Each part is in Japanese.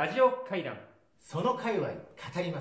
ラジオ会談、 その界隈語ります。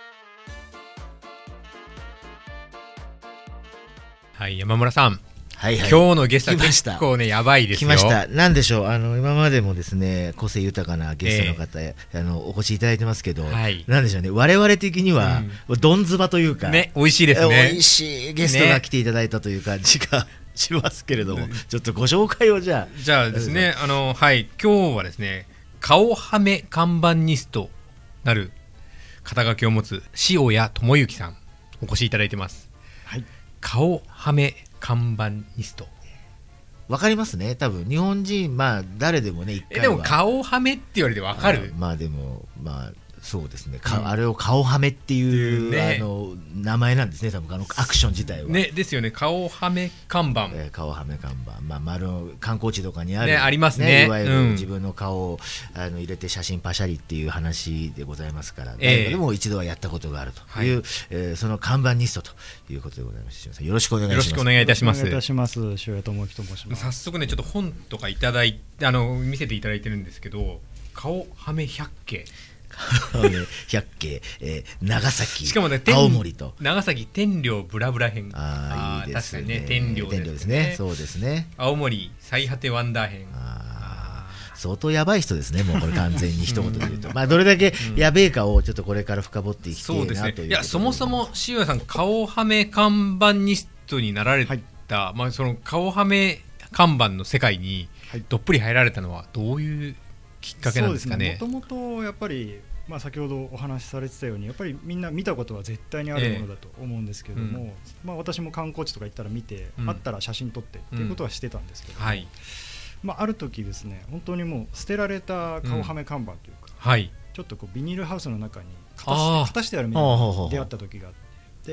はい、山村さん、 はいはい、 今日のゲストは結構ねやばいですよ。 来ました。なんでしょう、今までもですね個性豊かなゲストの方、お越しいただいてますけど、 はい、 なんでしょうね、我々的には、どんずばというかね、美味しいですね。 美味しいゲストが来ていただいたという感じが、しますけれども、ちょっとご紹介をじゃあですね、はい、今日はですね、顔はめ看板ニストなる肩書きを持つ塩谷智之さんお越しいただいてます。はい、顔はめ看板ニストわかりますね、多分日本人、まあ誰でもね一回は。 でも顔はめって言われてわかる。 まあでもまあそうですね、あれを顔はめっていう、ね、名前なんですね、多分アクション自体はね、ですよね。顔はめ看板、 顔はめ看板、まあ、観光地とかにある、 ね、ありますね。 いわゆる自分の顔を入れて写真パシャリっていう話でございますから、誰でも一度はやったことがあるという、はい、その看板ニストということでございます。よろしくお願いします。 よろしくお願いいたします。 お願いいたします。塩谷智之と申します。 早速ね、ちょっと本とかいただいて見せていただいてるんですけど、顔はめ百景百景、長崎、 しかもね、 青森と長崎天領ブラブラ編、 いいですね、 確かにね、天領ですね、そうですね。 青森最果てワンダー編、 相当やばい人ですね、もうこれ完全に一言で言うとまあどれだけやべえかをちょっとこれから深掘っていきたいなという。そうですね。 いや、そもそも塩谷さん、顔はめ看板ニストになられた、はい、まあ、その顔はめ看板の世界にどっぷり入られたのはどういうきっかけなんですかね。 もともとやっぱり、まあ、先ほどお話しされてたように、やっぱりみんな見たことは絶対にあるものだと思うんですけども、まあ、私も観光地とか行ったら見て、あったら写真撮ってっていうことはしてたんですけども、はい、まあ、ある時ですね、本当にもう捨てられた顔はめ看板というか、はい、ちょっとこうビニールハウスの中に片してあるみたいなのに出会った時があって、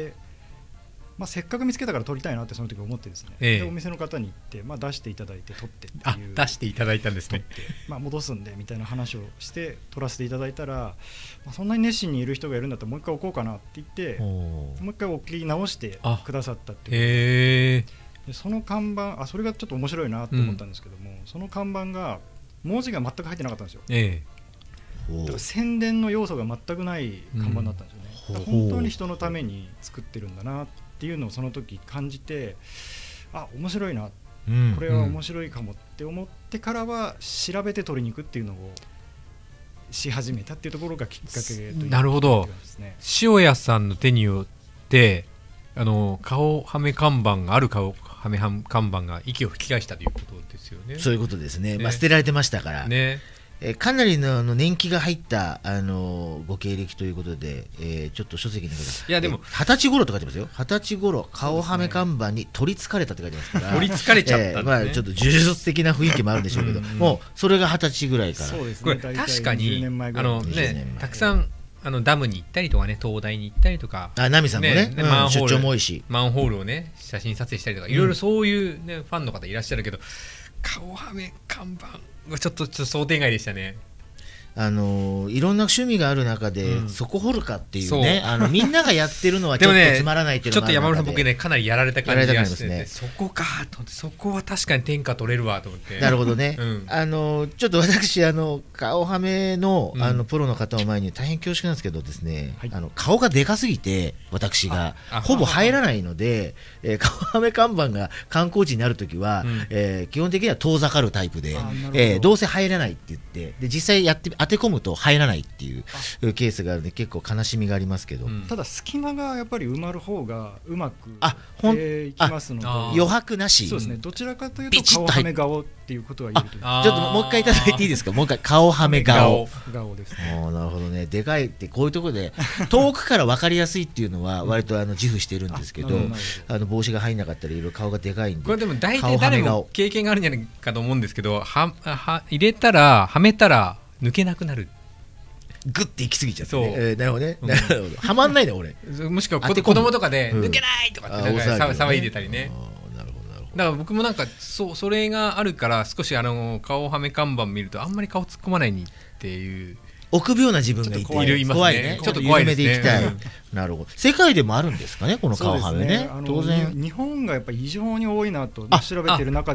まあ、せっかく見つけたから撮りたいなってその時思ってですね、でお店の方に行って、まあ、出していただいて撮ってっていう、 出していただいたんですね。 まあ、戻すんでみたいな話をして撮らせていただいたら、まあ、そんなに熱心にいる人がいるんだったらもう一回置こうかなって言ってもう一回置き直してくださったっていう。でその看板、それがちょっと面白いなと思ったんですけども、その看板が文字が全く入ってなかったんですよ。だから宣伝の要素が全くない看板だったんですよね。本当に人のために作ってるんだなっていうのをその時感じて、面白いな、これは面白いかもって思ってからは調べて取りに行くっていうのをし始めたっていうところがきっかけという。 なるほど。塩谷さんの手によって顔はめ看板がある顔はめ看板が息を吹き返したということですよね。 そういうことですね。まあ、捨てられてましたからね。かなりの年季が入ったご経歴ということで、ちょっと書籍に書いてます。 いやでも 20歳頃と書いてますよ。20歳頃顔はめ看板に取りつかれたって書いてますから、 取りつかれちゃったんだね。 まあ、ちょっと呪術的な雰囲気もあるんでしょうけどもうそれが20歳ぐらいから。 そうですね、これ確かにたくさんダムに行ったりとかね、東大に行ったりとか、 ナミさんもね、出張も多いし、 マンホールをね写真撮影したりとか、いろいろそういうねファンの方いらっしゃるけど、顔はめ看板ちょっと想定外でしたね。 いろんな趣味がある中で、そこ掘るかっていうね、みんながやってるのはちょっとつまらないっていうのもある中で、ちょっと山村さん、僕ねかなりやられた感じがしてて、そこかと思って、そこは確かに天下取れるわと思って。なるほどね。ちょっと私顔はめのプロの方を前に大変恐縮なんですけどですね、顔がでかすぎて私がほぼ入らないので、顔はめ看板が観光地になるときは基本的には遠ざかるタイプで、どうせ入らないって言って、で実際やって当て込むと入らないっていうケースがあるので、結構悲しみがありますけど、 ただ隙間がやっぱり埋まる方がうまくいきますので、 余白なし。 そうですね、どちらかというと顔はめ顔っていうことは言えると。ちょっともう一回いただいていいですか。もう一回顔はめ顔ですね。 なるほどね。でかいってこういうところで遠くから分かりやすいっていうのは割と自負してるんですけど、帽子が入んなかったりいろいろ顔がでかいんで、 これでも大体誰も経験があるんじゃないかと思うんですけど、入れたらはめたら抜けなくなる。 グッて行き過ぎちゃってね。なるほどね。はまんないね俺。 もしくは子供とかで抜けないとかって騒いでたりね。だから僕もなんかそれがあるから、少し顔はめ看板見るとあんまり顔突っ込まないにっていう。 臆病な自分がいて怖いね。ちょっと怖いですね。なるほど。世界でもあるんですかね、この顔はめね。 当然日本がやっぱり異常に多いなと調べている中でも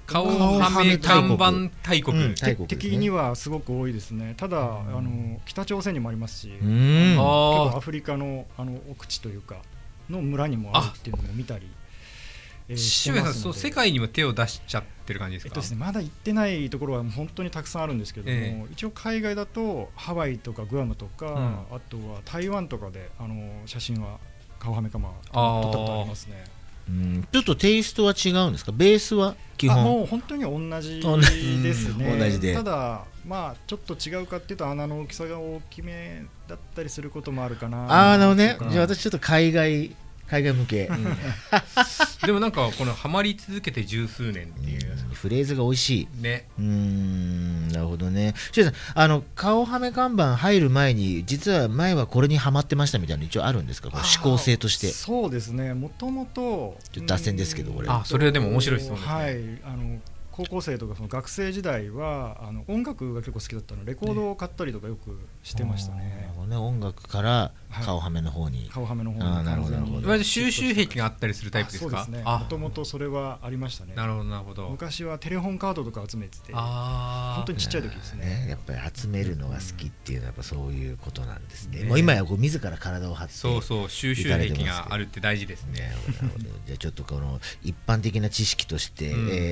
顔はめ看板大国、 敵にはすごく多いですね。ただ北朝鮮にもありますし、結構アフリカの奥地というかの村にもあるっていうのも見たりしてますので。そう世界にも手を出しちゃってる感じですか？ ですね、まだ行ってないところは本当にたくさんあるんですけども、一応海外だとハワイとかグアムとか、あとは台湾とかで写真は顔はめかま撮ったことありますね。 ちょっとテイストは違うんですか？ベースは基本もう本当に同じですね。 同じで、 ただちょっと違うかっていうと穴の大きさが大きめだったりすることもあるかな。 なるほどね。じゃあ私ちょっと海外向け、 でもなんかこのハマり続けて十数年っていうフレーズが美味しいね。 なるほどね。しゅうさん、顔はめ看板入る前に実は前はこれにハマってましたみたいなの一応あるんですか？この思考性として。 そうですね、もともと脱線ですけど、これそれはでも面白い質問ですね。 はい、高校生とかその学生時代は音楽が結構好きだったのでレコードを買ったりとかよくしてましたね。 音楽から顔はめの方に、 顔はめの方に。 なるほどなるほど。 収集癖があったりするタイプですか？ そうですね、もともとそれはありましたね。 なるほどなるほど。 昔はテレホンカードとか集めてて、本当にちっちゃい時ですね。 やっぱり集めるのが好きっていうのはやっぱそういうことなんですね。もう今や自ら体を張って、 そう収集癖があるって大事ですね。 じゃあちょっとこの一般的な知識として、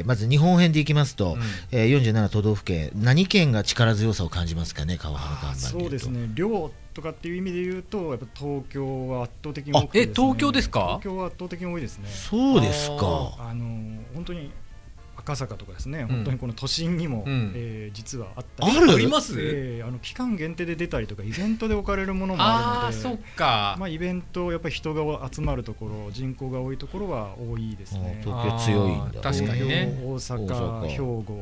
まず日本編でいきますと、47都道府県何県が力強さを感じますかね？顔はめ看板。 そうですね、量とかっていう意味で言うとやっぱ東京は圧倒的に多くてですね。 東京ですか？ 東京は圧倒的に多いですね。 そうですか。 本当に赤坂とかですね、本当にこの都心にも、実はあったり、 あります？ 期間限定で出たりとかイベントで置かれるものもあるので、 そっか。 イベントやっぱり人が集まるところ、人口が多いところは多いですね。 東京強いんだ。 確かにね。 大阪、兵庫、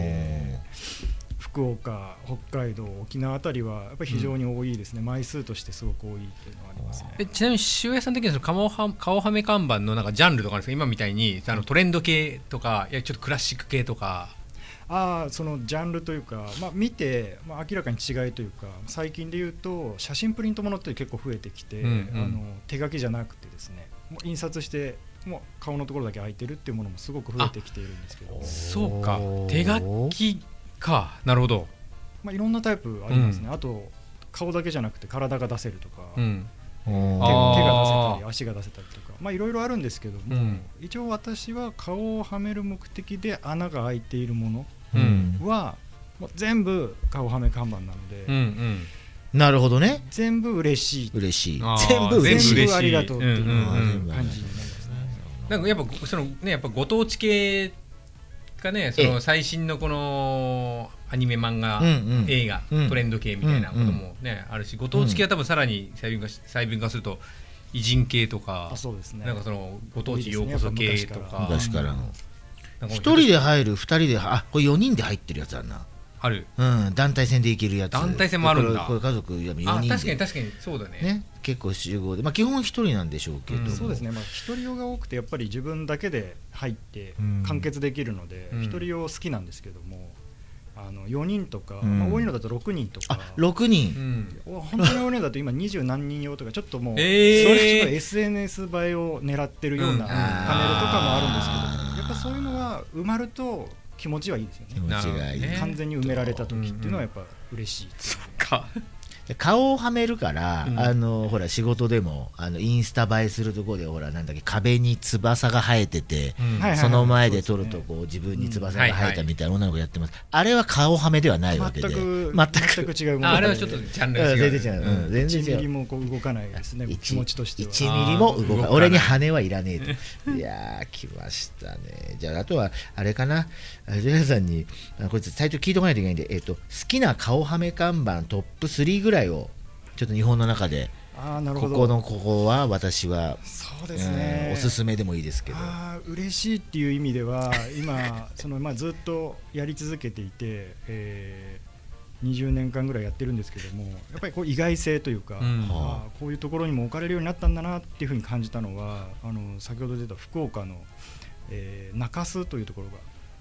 福岡、北海道、沖縄あたりはやっぱり非常に多いですね。枚数としてすごく多いっていうのはありますね。 ちなみに塩屋さん的には顔はめ看板のなんかジャンルとかですか？今みたいにトレンド系とか、いやちょっとクラシック系とか。 そのジャンルというか、見て、明らかに違いというか、最近で言うと写真プリントものって結構増えてきて、手書きじゃなくてですね、もう印刷してもう顔のところだけ空いてるっていうものもすごく増えてきているんですけど。 そうか、手書きか。なるほど。 いろんなタイプありますね。あと顔だけじゃなくて体が出せるとか、手が出せたり足が出せたりとか、いろいろあるんですけども、一応私は顔をはめる目的で穴が開いているものは、もう全部顔はめ看板なので、 なるほどね。 全部嬉しい、 全部嬉しい、 全部ありがとうっていう感じになりますね。 なんかやっぱやっぱご当地系がね、その最新のこのアニメ漫画、映画、トレンド系みたいなこともねあるし、ご当地系は多分さらに細分化すると偉人系とか、なんかそのご当地ようこそ系とか、 昔からの1人で入る2人でこれ4人で入ってるやつあるな。 ある。 団体戦でいけるやつ。 団体戦もあるんだ。 これ家族4人で。 確かにそうだね。 結構集合で、基本1人なんでしょうけど。 そうですね。1人用が多くてやっぱり自分だけで入って完結できるので、1人用好きなんですけども、4人とか、多いのだと6人とか。 6人。 本当に多いのだと今20何人用とか、ちょっともうそれちょっと SNS 映えを狙ってるようなパネルとかもあるんですけど、やっぱそういうのは埋まると気持ちはいいですよね。 気持ちがいい。 完全に埋められた時っていうのはやっぱ嬉しい。 そっか。 顔をはめるから、ほら仕事でもインスタ映えするところでほらなんだっけ、壁に翼が生えてて、その前で撮るとこう自分に翼が生えたみたいな女の子やってます。あれは顔はめではないわけで、 全く違うもの。 あれはちょっとジャンルが違う。 全然違う。全然違う。 1ミリもこう動かないですね。気持ちとしては。 1ミリも動かない。俺に羽はいらねえと。いやー来ましたね。じゃああとはあれかな。ジェイさんにこれ最初聞いておかないといけないんで、好きな顔はめ看板トップ3ぐらいをちょっと日本の中で、ここは私はそうですね、 おすすめでもいいですけど、 嬉しいっていう意味では今ずっとやり続けていて、20年間ぐらいやってるんですけども、やっぱりこう意外性というか、こういうところにも置かれるようになったんだなっていうふうに感じたのは、先ほど出た福岡の、中洲というところが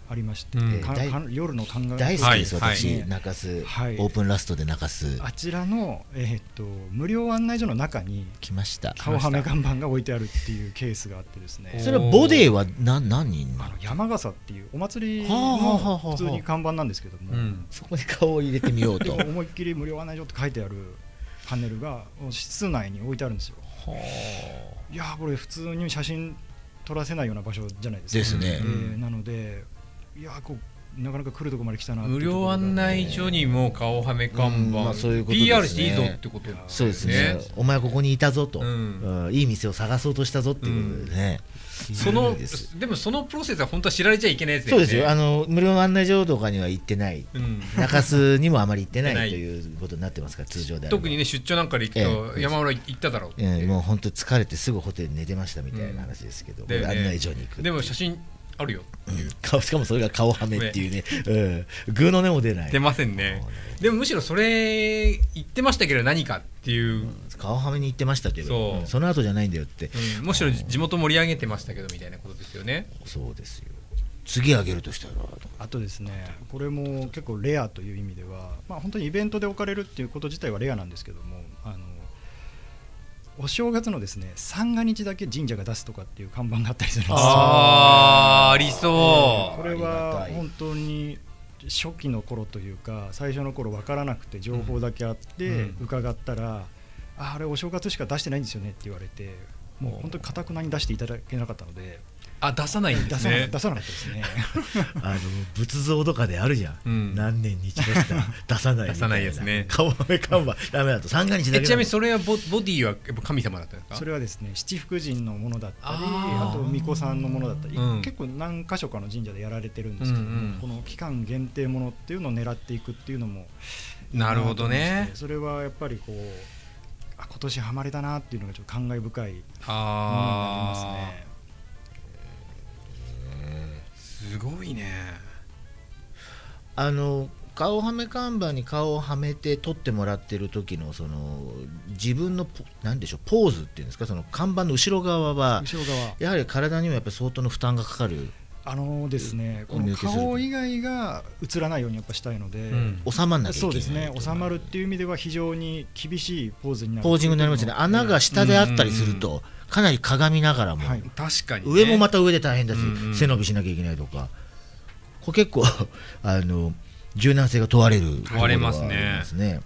ありまして、夜の観覧大好きです、私、中洲、オープンラストで中洲、 あちらの、無料案内所の中に来ました、 顔はめ看板が置いてあるっていうケースがあってですね。 それはボデーは何人？ 山笠っていうお祭りの普通に看板なんですけども、 そこに顔を入れてみようと思いっきり無料案内所って書いてあるパネルが室内に置いてあるんですよ。いやこれ普通に写真撮らせないような場所じゃないですか。 ですね。 なのでいやなかなか来るとこまで来たなっていう。 無料案内所にも顔はめ看板、 そういうことですね。 PR していいぞってことですね。 そうですね。お前ここにいたぞと、いい店を探そうとしたぞっていうことでね。 でもそのプロセスは本当は知られちゃいけないやつですね。 そうですよ。無料案内所とかには行ってない、中洲にもあまり行ってないということになってますから、通常であれば。特にね、出張なんかで行くと山村行っただろう、 もう本当疲れてすぐホテルに寝てましたみたいな話ですけど、案内所に行く。 でも写真あるよ、 しかもそれが顔はめっていうね、グーの音も出ない、 出ませんね。でもむしろそれ言ってましたけど何かっていう、 顔はめに言ってましたけど、その後じゃないんだよって、 むしろ地元盛り上げてましたけどみたいなことですよね。 そうですよ。次あげるとしたら、 あとですね、これも結構レアという意味では、本当にイベントで置かれるっていうこと自体はレアなんですけども、お正月のですね、三が日だけ神社が出すとかっていう看板があったりするんですよ。 ありそう。 これは本当に初期の頃というか最初の頃分からなくて情報だけあって伺ったら、あれお正月しか出してないんですよねって言われて、もう本当に堅くなに出していただけなかったので、 出さないんですね。 出さなかったですね。 仏像とかであるじゃん、何年に一度しか出さないみたいな、 出さないですね。 顔はめ看板ダメだと三が日だけ。 ちなみにそれはボディはやっぱ神様だったんですか？ それはですね、七福神のものだったり、あと巫女さんのものだったり、結構何箇所かの神社でやられてるんですけども、この期間限定ものっていうのを狙っていくっていうのも、 なるほどね。 それはやっぱりこう今年ハマれたなっていうのがちょっと感慨深いものになりますね。 すごいね。 顔はめ看板に顔をはめて撮ってもらってる時のその自分の何でしょう、ポーズっていうんですか、その看板の後ろ側はやはり体にもやっぱり相当の負担がかかる。 ですね、この顔以外が映らないようにやっぱしたいので、 収まらなきゃいけない。 そうですね、収まるっていう意味では非常に厳しいポーズになる。 ポージングになりますね。穴が下であったりするとかなり鏡ながらも、 確かに上もまた上で大変だし、背伸びしなきゃいけないとか、これ結構柔軟性が問われる。 問われますね。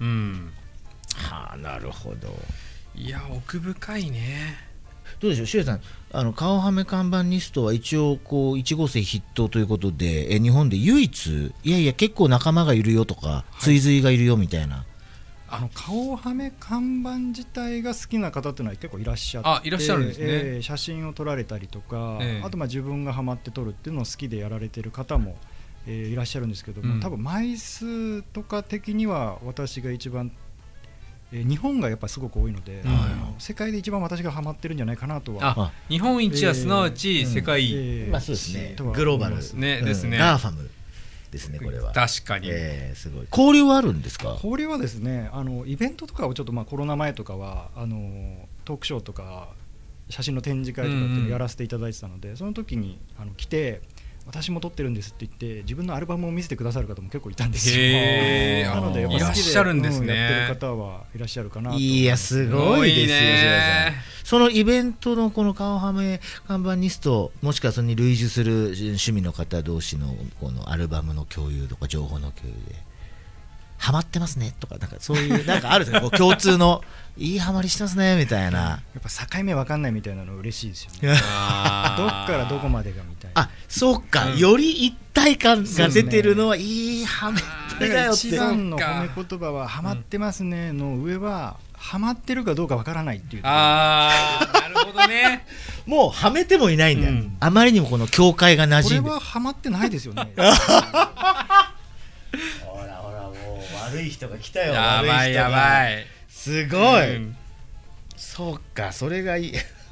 なるほど。 いや奥深いね。 どうでしょう、シュウさん、顔はめ看板ニストは一応こう1号生筆頭ということで、日本で唯一いやいや結構仲間がいるよとか、追随がいるよみたいな、 顔はめ看板自体が好きな方っていうのは結構いらっしゃって、 いらっしゃるんですね。 写真を撮られたりとか、あと自分がハマって撮るっていうのを好きでやられてる方も、いらっしゃるんですけども、多分枚数とか的には私が一番、日本がやっぱりすごく多いので、世界で一番私がハマってるんじゃないかなとは。 日本一はすなわち世界、 そうですね、グローバルですね、ガーファムですね、これは。 確かに、 すごい。交流はあるんですか？ 交流はですね、イベントとかをちょっとコロナ前とかはトークショーとか写真の展示会とかっていうのをやらせていただいてたので、その時に来て、私も撮ってるんですって言って自分のアルバムを見せてくださる方も結構いたんですよ。なのでいらっしゃるんですね。 やってる方はいらっしゃるかなと。 いやすごいですよ。そのイベントのこの顔はめ看板ニスト、もしくはそれに類似する趣味の方同士のこのアルバムの共有とか情報の共有でハマってますねとか、なんかそういうなんかあるんですよ、共通のいいハマりしてますねみたいな。 やっぱ境目わかんないみたいなの嬉しいですよね。どっからどこまでがみたいな。 そうか、より一体感が出てるのはいいハマりだよって。 一番の褒め言葉はハマってますねの上はハマってるかどうかわからないっていう。 なるほどね。 もうはめてもいないんだよ、あまりにもこの境界が馴染んで。 これはハマってないですよね。 ほらほら、もう悪い人が来たよ。 やばいやばい、 すごい、そうか、それがいい。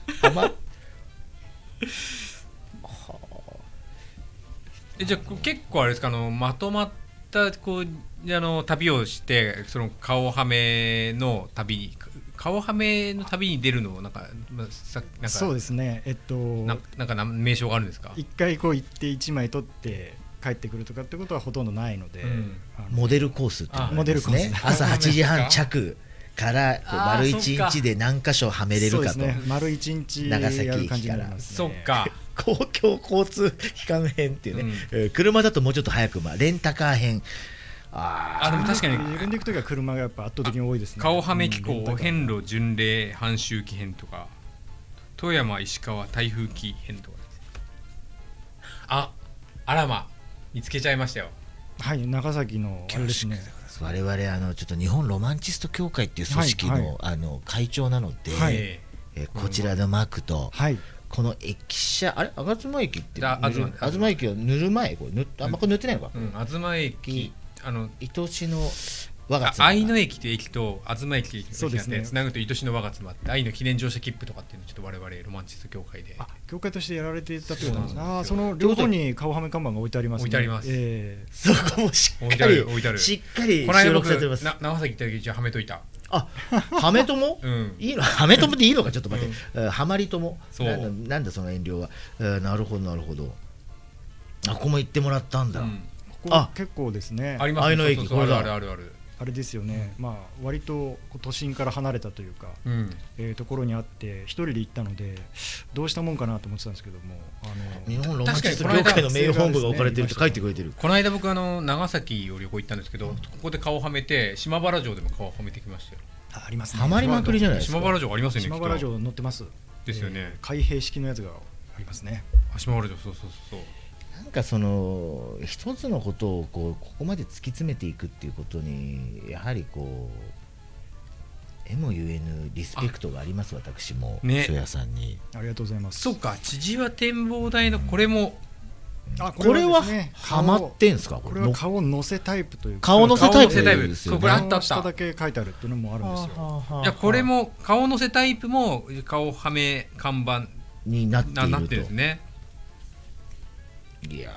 じゃあ結構あれですか、まとまったこう旅をして、その顔はめの旅に出るのをなんかそうですね、 なんか名称があるんですか？ 一回こう行って1枚撮って帰ってくるとかってことはほとんどないので、 モデルコースっていうのがですね、朝8時半着から丸1日で何箇所はめれるかと。 そうですね、丸1日長崎やる感駅からじになりますね。 そっか公共交通機関編っていうね、車だともうちょっと早く、レンタカー編。 でも確かに自分で行くときは車がやっぱ圧倒的に多いですね。 顔はめ機構お遍路巡礼半周期編とか、富山石川台風期編とかです。あらま見つけちゃいましたよ。 はい、長崎のあれですね。 我々ちょっと日本ロマンチスト協会っていう組織の、会長なので、こちらのマークと、この駅舎、吾妻駅って吾妻駅を塗る前、これ塗ってないのか、 吾妻駅愛しの輪が愛の駅という駅と吾妻駅という駅があってつなぐと愛しの輪が詰まって、愛の記念乗車切符とかっていうのをちょっと我々ロマンチスト協会で協会としてやられていたということなんです。その両方に顔はめ看板が置いてありますね。 置いてあります。 そこもしっかり収録されてます。 長崎行った時一応はめといた。 はめともいいの、はめともでいいのか、ちょっと待って、はまりともなんだその遠慮は。なるほどなるほど。ここも行ってもらったんだ。 ここ結構ですね。 あります。 愛の駅、これだ。 あれですよね、割と都心から離れたというか、ところにあって一人で行ったのでどうしたもんかなと思ってたんですけども、 日本ロマンチスト協会の名誉本部が置かれてるって書いてくれてる。 この間僕長崎を旅行行ったんですけど、ここで顔はめて島原城でも顔はめてきましたよ。 ありますね。 はまりまくりじゃないですか。 島原城ありますよね。 島原城乗ってますですよね。 開閉式のやつがありますね。 島原城、そう。 なんか一つのことをここまで突き詰めていくっていうことにやはりえもゆえぬリスペクトがあります。私も曽谷さんにありがとうございます。 そうか、千々和展望台のこれもこれははまってんすか。 これは顔乗せタイプというか、 顔乗せタイプですよね。 これあった下だけ書いてあるっていうのもあるんですよ。 いや、これも顔乗せタイプも顔はめ看板になっていると。 ですね。 いや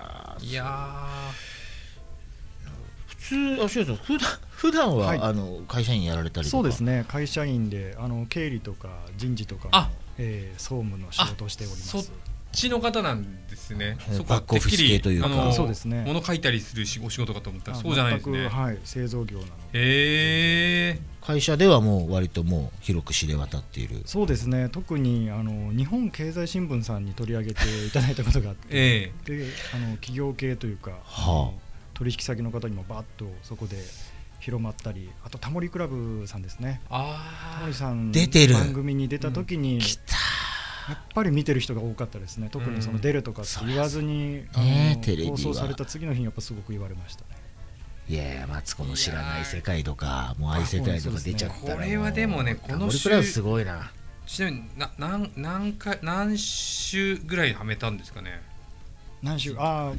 普通普段は会社員やられたりとか。 そうですね、会社員で経理とか人事とかの総務の仕事をしております。 そっちの方なんですね。 バックオフィス系というか、 そうですね、 物書いたりするお仕事かと思ったらそうじゃないですね。 製造業なので。 会社ではもう割ともう広く知れ渡っている。 そうですね、特に日本経済新聞さんに取り上げていただいたことがあって、で企業系というか、取引先の方にもバッとそこで広まったり、あとタモリクラブさんですね。タモリさん番組に出た時に、やっぱり見てる人が多かったですね。特に出るとかって言わずに放送された次の日にやっぱすごく言われましたね。 いやマツコの知らない世界とかもう愛世界とか出ちゃったら、 これはでもね、この週すごいな。 ちなみに何週ぐらいはめたんですかね。 枚数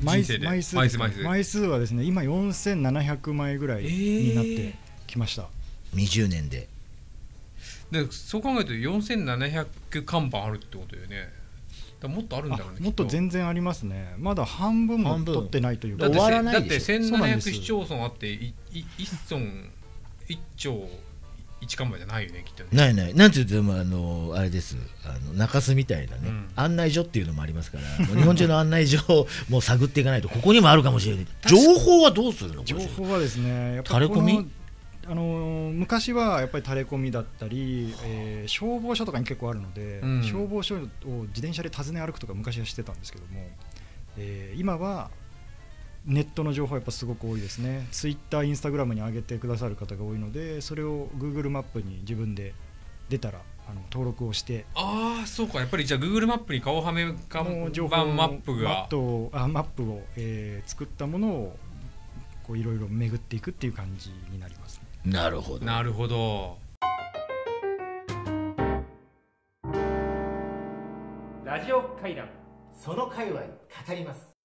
はですね、今4700枚ぐらいになってきました。 20年で。 そう考えると4700看板あるってことよね。もっとあるんだろうね。 もっと全然ありますね。まだ半分も取ってないというか。 終わらないでしょ。 だって1700市町村あって1村1町1看板じゃないよね、きっとね。 ないなんて言ってもあれです、中洲みたいなね、案内所っていうのもありますから日本中の案内所をもう探っていかないとここにもあるかもしれない。情報はどうするの。 情報はですね、やっぱタレコミ、 昔はやっぱりタレコミだったり、消防署とかに結構あるので、消防署を自転車で訪ね歩くとか昔はしてたんですけども、今はネットの情報はやっぱすごく多いですね。ツイッター、インスタグラムに上げてくださる方が多いので、それを Google マップに自分で出たら登録をして。 そうか、やっぱりじゃあ Google マップに顔はめ看板マップがマップを、作ったものをいろいろ巡っていくっていう感じになります。 なるほどなるほど。 ラジオ会談、 その界隈語ります。